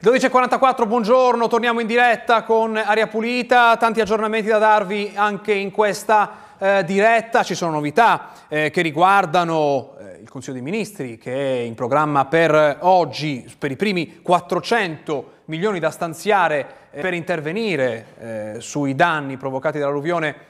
12.44, buongiorno, torniamo in diretta con Aria Pulita, tanti aggiornamenti da darvi anche in questa diretta. Ci sono novità che riguardano il Consiglio dei Ministri, che è in programma per oggi, per i primi 400 milioni da stanziare per intervenire sui danni provocati dall'alluvione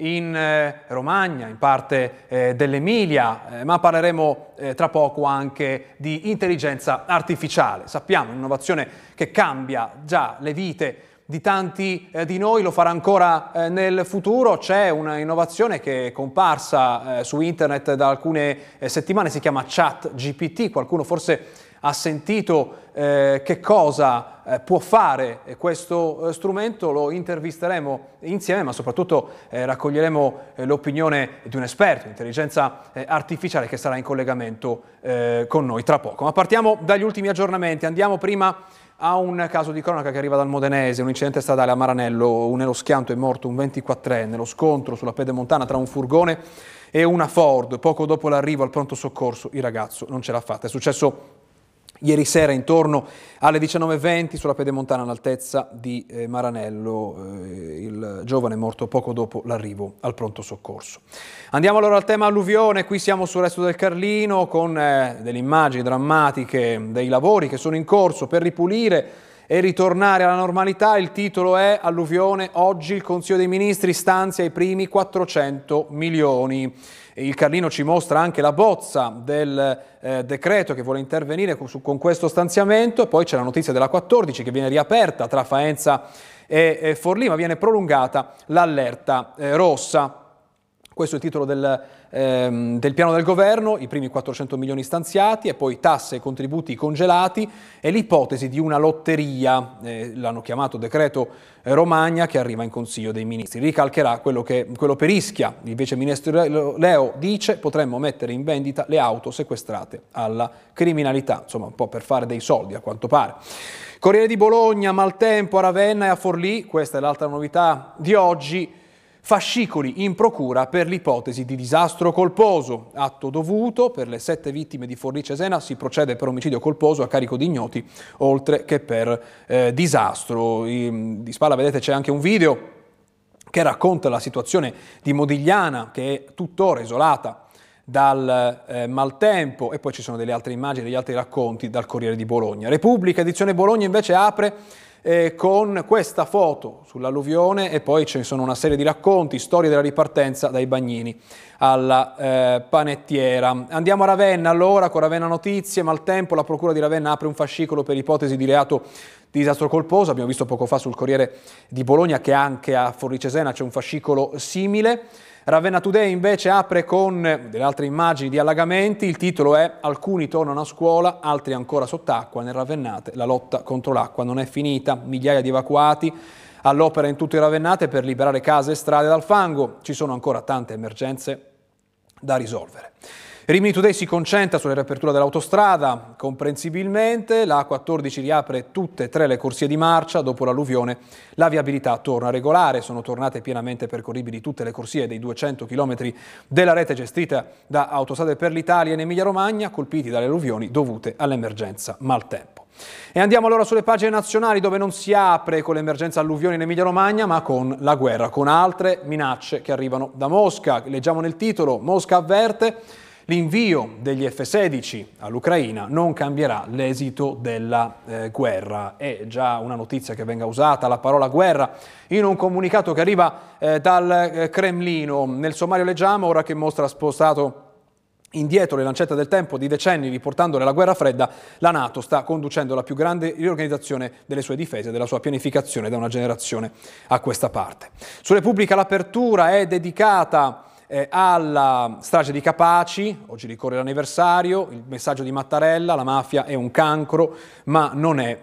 in Romagna, in parte dell'Emilia, ma parleremo tra poco anche di intelligenza artificiale. Sappiamo, un'innovazione che cambia già le vite di tanti di noi, lo farà ancora nel futuro. C'è una innovazione che è comparsa su internet da alcune settimane, si chiama ChatGPT. Qualcuno forse ha sentito che cosa può fare questo strumento. Lo intervisteremo insieme, ma soprattutto raccoglieremo l'opinione di un esperto di intelligenza artificiale che sarà in collegamento con noi tra poco. Ma partiamo dagli ultimi aggiornamenti. Andiamo prima a un caso di cronaca che arriva dal Modenese, un incidente stradale a Maranello. Nello schianto è morto un 24enne nello scontro sulla pedemontana tra un furgone e una Ford. Poco dopo l'arrivo al pronto soccorso il ragazzo non ce l'ha fatta. È successo ieri sera intorno alle 19:20 sulla pedemontana all'altezza di Maranello. Il giovane è morto poco dopo l'arrivo al pronto soccorso. Andiamo allora al tema alluvione. Qui siamo sul resto del Carlino con delle immagini drammatiche dei lavori che sono in corso per ripulire e ritornare alla normalità. Il titolo è Alluvione, oggi il Consiglio dei Ministri stanzia i primi 400 milioni. Il Carlino ci mostra anche la bozza del decreto che vuole intervenire con questo stanziamento. E poi c'è la notizia della 14 che viene riaperta tra Faenza e Forlì, ma viene prolungata l'allerta rossa. Questo è il titolo del piano del governo, i primi 400 milioni stanziati e poi tasse e contributi congelati e l'ipotesi di una lotteria, l'hanno chiamato decreto Romagna, che arriva in Consiglio dei Ministri. Ricalcherà quello per Ischia. Il vice ministro Leo dice: potremmo mettere in vendita le auto sequestrate alla criminalità, insomma un po' per fare dei soldi a quanto pare. Corriere di Bologna, maltempo a Ravenna e a Forlì, questa è l'altra novità di oggi. Fascicoli in procura per l'ipotesi di disastro colposo. Atto dovuto per le 7 vittime di Forlì Cesena, si procede per omicidio colposo a carico di ignoti, oltre che per disastro. Di spalla vedete c'è anche un video che racconta la situazione di Modigliana, che è tuttora isolata dal maltempo, e poi ci sono delle altre immagini, degli altri racconti dal Corriere di Bologna. Repubblica, edizione Bologna, invece apre con questa foto sull'alluvione e poi ci sono una serie di racconti, storie della ripartenza dai bagnini alla panettiera. Andiamo a Ravenna allora con Ravenna Notizie. Maltempo, la procura di Ravenna apre un fascicolo per ipotesi di reato di disastro colposo. Abbiamo visto poco fa sul Corriere di Bologna che anche a Forlì Cesena c'è un fascicolo simile. Ravenna Today invece apre con delle altre immagini di allagamenti. Il titolo è: alcuni tornano a scuola, altri ancora sott'acqua. Nel Ravennate la lotta contro l'acqua non è finita, migliaia di evacuati all'opera in tutto il Ravennate per liberare case e strade dal fango. Ci sono ancora tante emergenze da risolvere. Rimini Today si concentra sulla riapertura dell'autostrada, comprensibilmente. La A14 riapre tutte e 3 le corsie di marcia. Dopo l'alluvione la viabilità torna regolare, sono tornate pienamente percorribili tutte le corsie dei 200 km della rete gestita da Autostrade per l'Italia in Emilia-Romagna, colpiti dalle alluvioni dovute all'emergenza maltempo. E andiamo allora sulle pagine nazionali, dove non si apre con l'emergenza alluvioni in Emilia-Romagna, ma con la guerra, con altre minacce che arrivano da Mosca. Leggiamo nel titolo: Mosca avverte, l'invio degli F-16 all'Ucraina non cambierà l'esito della guerra. È già una notizia che venga usata la parola guerra in un comunicato che arriva dal Cremlino. Nel sommario leggiamo: ora che Mosca ha spostato indietro le lancette del tempo di decenni riportandole alla guerra fredda, la NATO sta conducendo la più grande riorganizzazione delle sue difese e della sua pianificazione da una generazione a questa parte. Su Repubblica l'apertura è dedicata alla strage di Capaci. Oggi ricorre l'anniversario. Il messaggio di Mattarella: la mafia è un cancro ma non è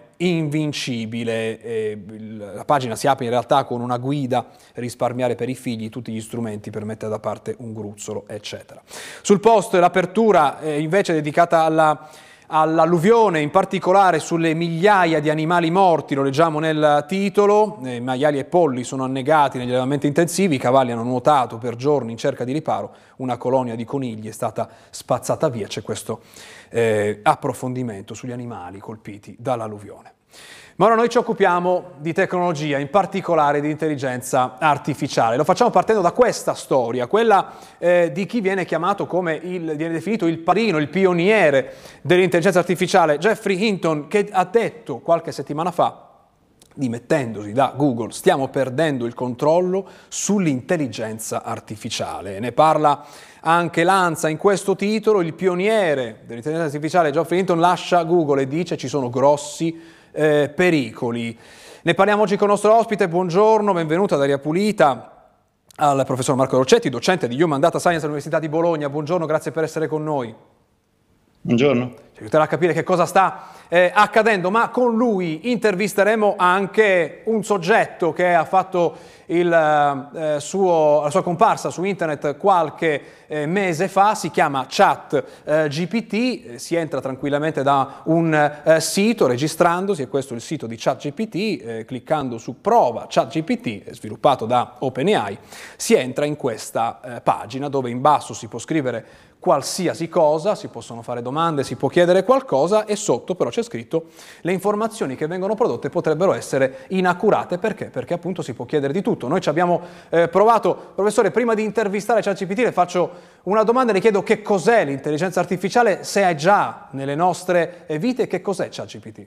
invincibile. La pagina si apre in realtà con una guida: risparmiare per i figli, tutti gli strumenti per mettere da parte un gruzzolo, eccetera. Sul Post l'apertura invece dedicata all'alluvione, in particolare sulle migliaia di animali morti, lo leggiamo nel titolo. Maiali e polli sono annegati negli allevamenti intensivi, i cavalli hanno nuotato per giorni in cerca di riparo, una colonia di conigli è stata spazzata via. C'è questo approfondimento sugli animali colpiti dall'alluvione. Ma ora noi ci occupiamo di tecnologia, in particolare di intelligenza artificiale. Lo facciamo partendo da questa storia, quella di chi viene chiamato viene definito il padrino, il pioniere dell'intelligenza artificiale, Geoffrey Hinton, che ha detto qualche settimana fa, dimettendosi da Google: stiamo perdendo il controllo sull'intelligenza artificiale. Ne parla anche l'ANSA in questo titolo. Il pioniere dell'intelligenza artificiale, Geoffrey Hinton, lascia Google e dice ci sono grossi pericoli. Ne parliamo oggi con il nostro ospite. Buongiorno, benvenuto ad Aria Pulita al professor Marco Roccetti, docente di Human Data Science all'Università di Bologna. Buongiorno, grazie per essere con noi. Buongiorno. Ci aiuterà a capire che cosa sta accadendo, ma con lui intervisteremo anche un soggetto che ha fatto la sua comparsa su internet qualche mese fa. Si chiama ChatGPT, si entra tranquillamente da un sito registrandosi, e questo è il sito di ChatGPT, cliccando su prova ChatGPT, sviluppato da OpenAI, si entra in questa pagina dove in basso si può scrivere qualsiasi cosa, si possono fare domande, si può chiedere qualcosa, e sotto però c'è scritto le informazioni che vengono prodotte potrebbero essere inaccurate. Perché? Perché appunto si può chiedere di tutto. Noi ci abbiamo provato. Professore, prima di intervistare ChatGPT le faccio una domanda, le chiedo che cos'è l'intelligenza artificiale, se è già nelle nostre vite, che cos'è ChatGPT?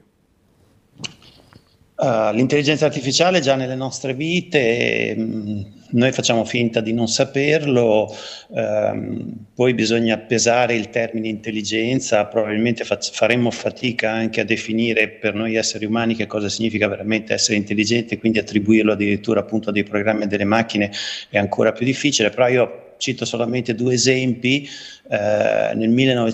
L'intelligenza artificiale è già nelle nostre vite, noi facciamo finta di non saperlo, poi bisogna pesare il termine intelligenza, probabilmente faremmo fatica anche a definire per noi esseri umani che cosa significa veramente essere intelligenti, quindi attribuirlo addirittura appunto a dei programmi e delle macchine è ancora più difficile. Però io cito solamente due esempi. Nel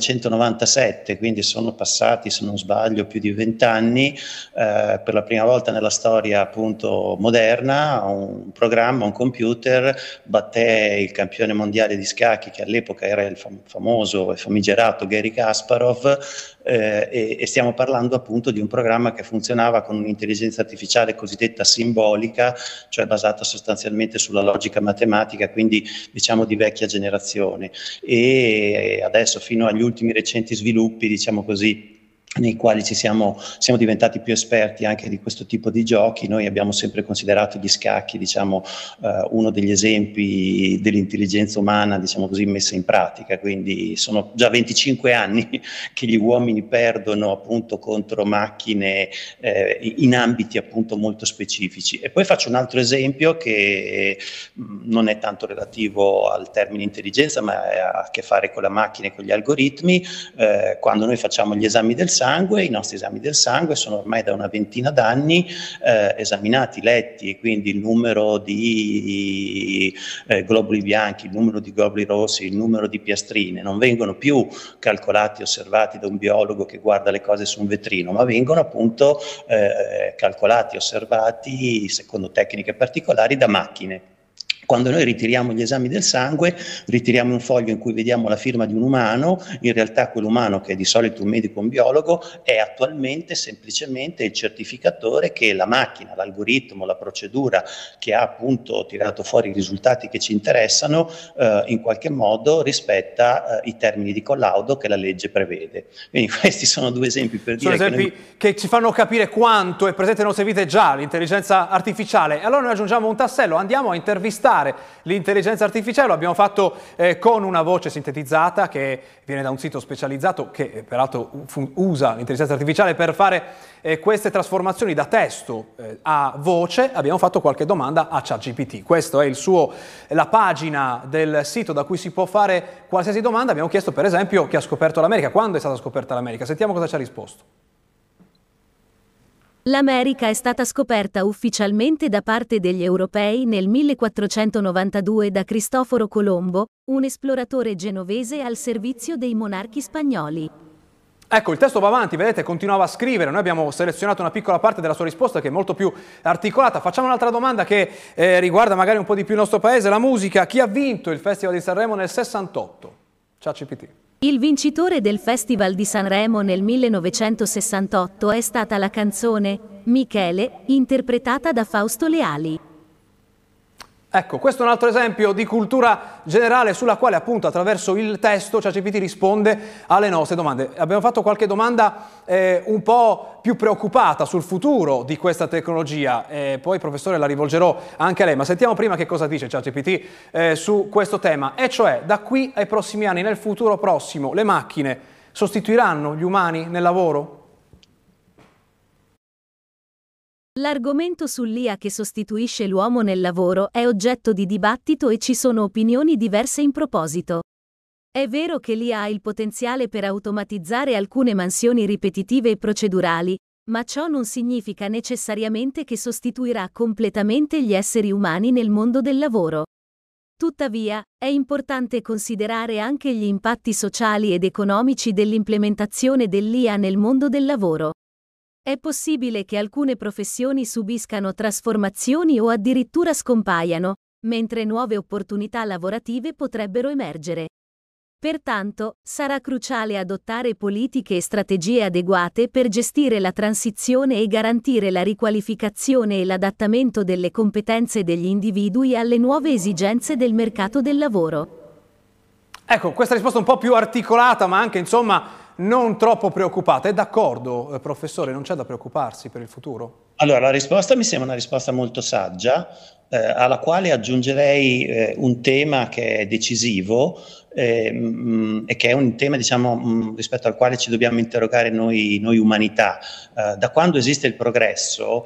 1997, quindi sono passati, se non sbaglio, più di 20 anni, per la prima volta nella storia appunto moderna, un programma, un computer batté il campione mondiale di scacchi, che all'epoca era il famoso e famigerato Garry Kasparov, e stiamo parlando appunto di un programma che funzionava con un'intelligenza artificiale cosiddetta simbolica, cioè basata sostanzialmente sulla logica matematica, quindi diciamo di vecchia generazione. E adesso, fino agli ultimi recenti sviluppi, diciamo così, nei quali siamo diventati più esperti anche di questo tipo di giochi, noi abbiamo sempre considerato gli scacchi, diciamo, uno degli esempi dell'intelligenza umana, diciamo così, messa in pratica. Quindi sono già 25 anni che gli uomini perdono appunto contro macchine in ambiti appunto molto specifici. E poi faccio un altro esempio che non è tanto relativo al termine intelligenza, ma ha a che fare con la macchina e con gli algoritmi. Quando noi facciamo gli esami del sangue, i nostri esami del sangue sono ormai da una ventina d'anni esaminati, letti, e quindi il numero di globuli bianchi, il numero di globuli rossi, il numero di piastrine non vengono più calcolati e osservati da un biologo che guarda le cose su un vetrino, ma vengono appunto calcolati e osservati secondo tecniche particolari da macchine. Quando noi ritiriamo gli esami del sangue, ritiriamo un foglio in cui vediamo la firma di un umano. In realtà quell'umano, che è di solito un medico o un biologo, è attualmente semplicemente il certificatore che la macchina, l'algoritmo, la procedura che ha appunto tirato fuori i risultati che ci interessano, in qualche modo rispetta i termini di collaudo che la legge prevede. Quindi questi sono due esempi per dire che ci fanno capire quanto è presente nelle nostre vite già l'intelligenza artificiale. E allora noi aggiungiamo un tassello, andiamo a intervistare l'intelligenza artificiale. Lo abbiamo fatto con una voce sintetizzata che viene da un sito specializzato che peraltro usa l'intelligenza artificiale per fare queste trasformazioni da testo a voce. Abbiamo fatto qualche domanda a ChatGPT. Questa è la pagina del sito da cui si può fare qualsiasi domanda. Abbiamo chiesto per esempio chi ha scoperto l'America, quando è stata scoperta l'America. Sentiamo cosa ci ha risposto. L'America è stata scoperta ufficialmente da parte degli europei nel 1492 da Cristoforo Colombo, un esploratore genovese al servizio dei monarchi spagnoli. Ecco, il testo va avanti, vedete, continuava a scrivere. Noi abbiamo selezionato una piccola parte della sua risposta che è molto più articolata. Facciamo un'altra domanda che riguarda magari un po' di più il nostro paese, la musica. Chi ha vinto il Festival di Sanremo nel 68? ChatGPT. Il vincitore del Festival di Sanremo nel 1968 è stata la canzone Michele, interpretata da Fausto Leali. Ecco, questo è un altro esempio di cultura generale sulla quale appunto attraverso il testo ChatGPT risponde alle nostre domande. Abbiamo fatto qualche domanda un po' più preoccupata sul futuro di questa tecnologia, poi professore la rivolgerò anche a lei, ma sentiamo prima che cosa dice ChatGPT su questo tema, e cioè da qui ai prossimi anni, nel futuro prossimo, le macchine sostituiranno gli umani nel lavoro? L'argomento sull'IA che sostituisce l'uomo nel lavoro è oggetto di dibattito e ci sono opinioni diverse in proposito. È vero che l'IA ha il potenziale per automatizzare alcune mansioni ripetitive e procedurali, ma ciò non significa necessariamente che sostituirà completamente gli esseri umani nel mondo del lavoro. Tuttavia, è importante considerare anche gli impatti sociali ed economici dell'implementazione dell'IA nel mondo del lavoro. È possibile che alcune professioni subiscano trasformazioni o addirittura scompaiano, mentre nuove opportunità lavorative potrebbero emergere. Pertanto, sarà cruciale adottare politiche e strategie adeguate per gestire la transizione e garantire la riqualificazione e l'adattamento delle competenze degli individui alle nuove esigenze del mercato del lavoro. Ecco, questa risposta un po' più articolata, ma anche, insomma, non troppo preoccupata. È d'accordo, professore, non c'è da preoccuparsi per il futuro? Allora, la risposta mi sembra una risposta molto saggia, alla quale aggiungerei un tema che è decisivo e che è un tema, diciamo, rispetto al quale ci dobbiamo interrogare noi umanità. Da quando esiste il progresso,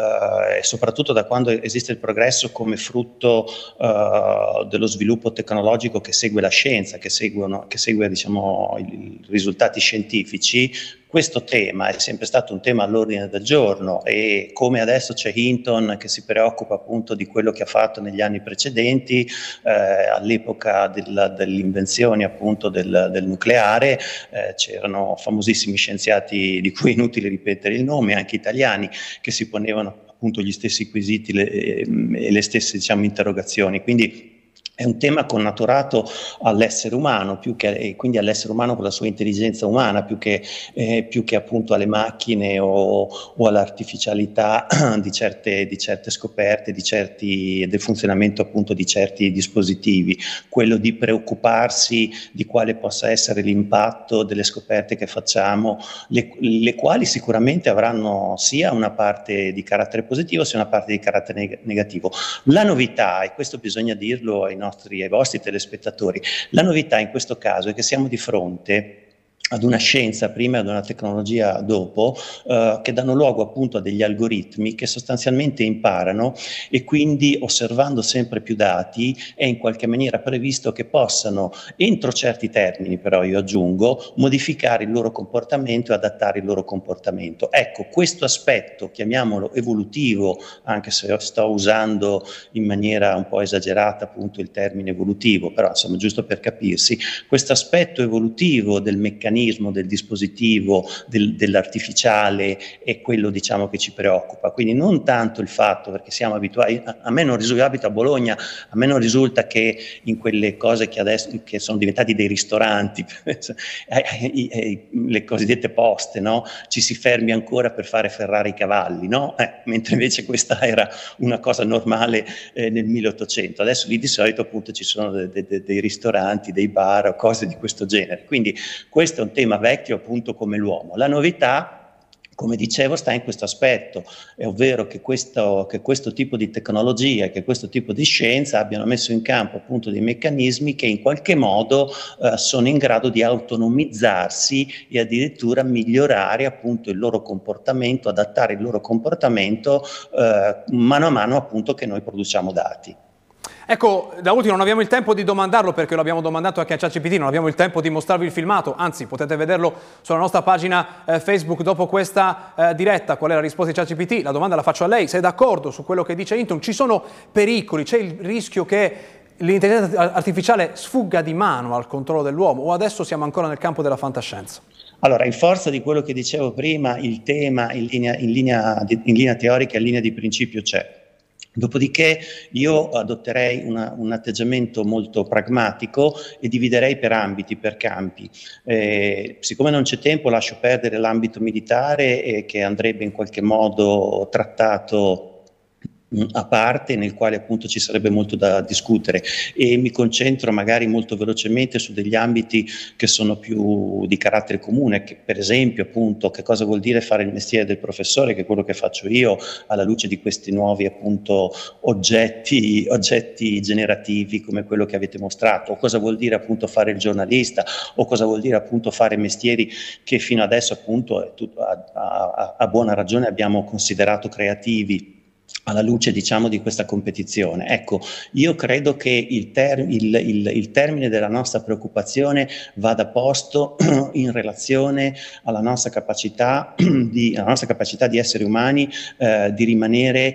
e soprattutto da quando esiste il progresso come frutto dello sviluppo tecnologico che segue la scienza, che segue diciamo, i risultati scientifici, questo tema è sempre stato un tema all'ordine del giorno, e come adesso c'è Hinton che si preoccupa appunto di quello che ha fatto negli anni precedenti, all'epoca dell'invenzione appunto del nucleare, c'erano famosissimi scienziati, di cui è inutile ripetere il nome, anche italiani, che si ponevano appunto gli stessi quesiti e le stesse, diciamo, interrogazioni. Quindi è un tema connaturato all'essere umano, e quindi all'essere umano con la sua intelligenza umana, più che appunto alle macchine o all'artificialità di certe scoperte, del funzionamento appunto di certi dispositivi. Quello di preoccuparsi di quale possa essere l'impatto delle scoperte che facciamo, le quali sicuramente avranno sia una parte di carattere positivo sia una parte di carattere negativo. La novità, e questo bisogna dirlo ai vostri telespettatori, la novità in questo caso è che siamo di fronte ad una scienza prima e ad una tecnologia dopo, che danno luogo appunto a degli algoritmi che sostanzialmente imparano, e quindi osservando sempre più dati è in qualche maniera previsto che possano, entro certi termini però io aggiungo, modificare il loro comportamento e adattare il loro comportamento. Ecco, questo aspetto, chiamiamolo evolutivo, anche se sto usando in maniera un po' esagerata appunto il termine evolutivo, però insomma giusto per capirsi, questo aspetto evolutivo del meccanismo, del dispositivo, dell'artificiale è quello, diciamo, che ci preoccupa. Quindi non tanto il fatto, perché siamo abituati, a me non risulta, abito a Bologna, a me non risulta che in quelle cose che adesso che sono diventati dei ristoranti, le cosiddette poste, no? Ci si fermi ancora per fare ferrare i cavalli, no? Mentre invece questa era una cosa normale nel 1800. Adesso lì di solito appunto ci sono dei ristoranti, dei bar o cose di questo genere. Quindi questo è un tema vecchio appunto come l'uomo. La novità, come dicevo, sta in questo aspetto, è ovvero che questo tipo di tecnologia, che questo tipo di scienza abbiano messo in campo appunto dei meccanismi che in qualche modo sono in grado di autonomizzarsi e addirittura migliorare appunto il loro comportamento, adattare il loro comportamento mano a mano appunto che noi produciamo dati. Ecco, da ultimo non abbiamo il tempo di domandarlo, perché lo abbiamo domandato anche a ChatGPT, non abbiamo il tempo di mostrarvi il filmato, anzi potete vederlo sulla nostra pagina Facebook dopo questa diretta. Qual è la risposta di ChatGPT? La domanda la faccio a lei: se è d'accordo su quello che dice Hinton? Ci sono pericoli, c'è il rischio che l'intelligenza artificiale sfugga di mano al controllo dell'uomo, o adesso siamo ancora nel campo della fantascienza? Allora, in forza di quello che dicevo prima, il tema in linea teorica, in linea di principio c'è. Dopodiché io adotterei un atteggiamento molto pragmatico e dividerei per ambiti, per campi. Siccome non c'è tempo, lascio perdere l'ambito militare, che andrebbe in qualche modo trattato a parte, nel quale appunto ci sarebbe molto da discutere, e mi concentro magari molto velocemente su degli ambiti che sono più di carattere comune, che per esempio appunto che cosa vuol dire fare il mestiere del professore, che è quello che faccio io, alla luce di questi nuovi appunto oggetti generativi come quello che avete mostrato, o cosa vuol dire appunto fare il giornalista, o cosa vuol dire appunto fare mestieri che fino adesso appunto a buona ragione abbiamo considerato creativi, alla luce diciamo di questa competizione. Ecco, io credo che il termine della nostra preoccupazione vada posto in relazione alla nostra capacità di essere umani, di rimanere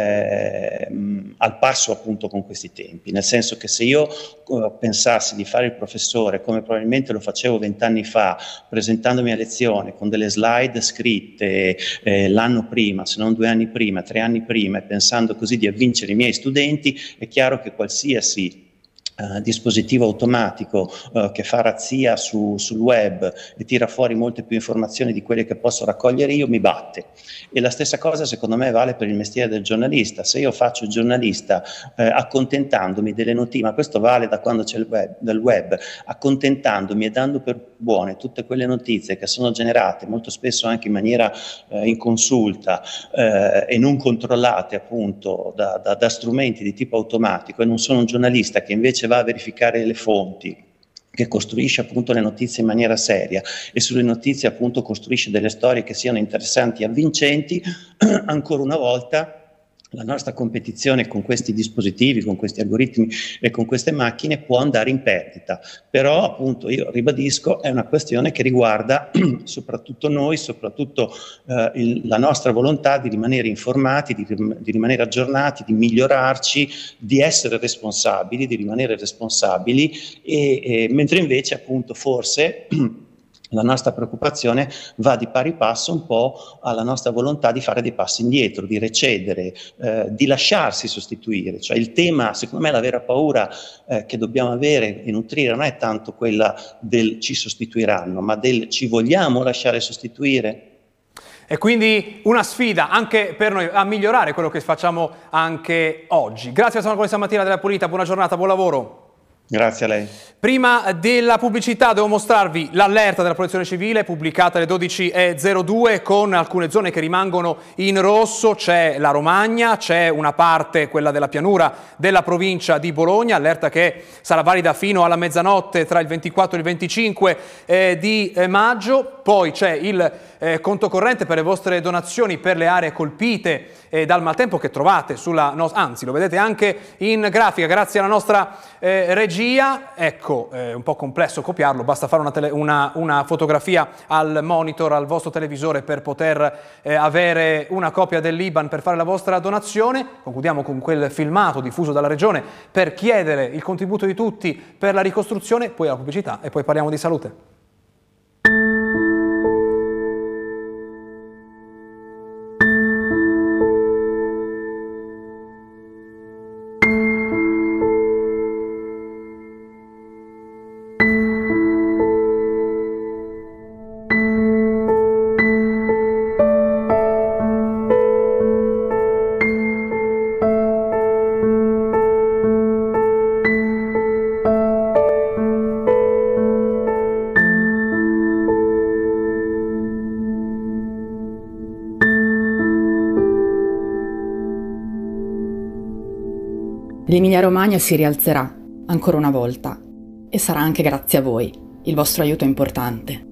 al passo appunto con questi tempi, nel senso che se io pensassi di fare il professore come probabilmente lo facevo 20 anni fa, presentandomi a lezione con delle slide scritte l'anno prima, se non 2 anni prima, 3 anni prima, e pensando così di avvincere i miei studenti, è chiaro che qualsiasi dispositivo automatico che fa razzia sul web e tira fuori molte più informazioni di quelle che posso raccogliere io, mi batte. E la stessa cosa secondo me vale per il mestiere del giornalista. Se io faccio il giornalista accontentandomi delle notizie, ma questo vale da quando c'è il web, accontentandomi e dando per buone tutte quelle notizie che sono generate molto spesso anche in maniera inconsulta e non controllate appunto da strumenti di tipo automatico, e non sono un giornalista che invece va a verificare le fonti, che costruisce appunto le notizie in maniera seria e sulle notizie appunto costruisce delle storie che siano interessanti e avvincenti, ancora una volta la nostra competizione con questi dispositivi, con questi algoritmi e con queste macchine può andare in perdita. Però appunto io ribadisco, è una questione che riguarda soprattutto noi, soprattutto la nostra volontà di rimanere informati, di rimanere aggiornati, di migliorarci, di essere responsabili, di rimanere responsabili, mentre invece appunto forse la nostra preoccupazione va di pari passo un po' alla nostra volontà di fare dei passi indietro, di recedere, di lasciarsi sostituire. Cioè il tema, secondo me la vera paura che dobbiamo avere e nutrire non è tanto quella del ci sostituiranno, ma del ci vogliamo lasciare sostituire? E quindi una sfida anche per noi a migliorare quello che facciamo anche oggi. Grazie a Stefano Stamattina della Pulita, buona giornata, buon lavoro. Grazie a lei. Prima della pubblicità devo mostrarvi l'allerta della Protezione Civile pubblicata alle 12:02 con alcune zone che rimangono in rosso. C'è la Romagna, c'è una parte, quella della pianura della provincia di Bologna, allerta che sarà valida fino alla mezzanotte tra il 24 e il 25 di maggio. Poi c'è il conto corrente per le vostre donazioni per le aree colpite dal maltempo che trovate sulla anzi lo vedete anche in grafica grazie alla nostra regia. Ecco, è un po' complesso copiarlo, basta fare una fotografia al monitor, al vostro televisore per poter avere una copia dell'IBAN per fare la vostra donazione. Concludiamo con quel filmato diffuso dalla Regione per chiedere il contributo di tutti per la ricostruzione, poi la pubblicità e poi parliamo di salute. L'Emilia-Romagna si rialzerà, ancora una volta, e sarà anche grazie a voi. Il vostro aiuto è importante.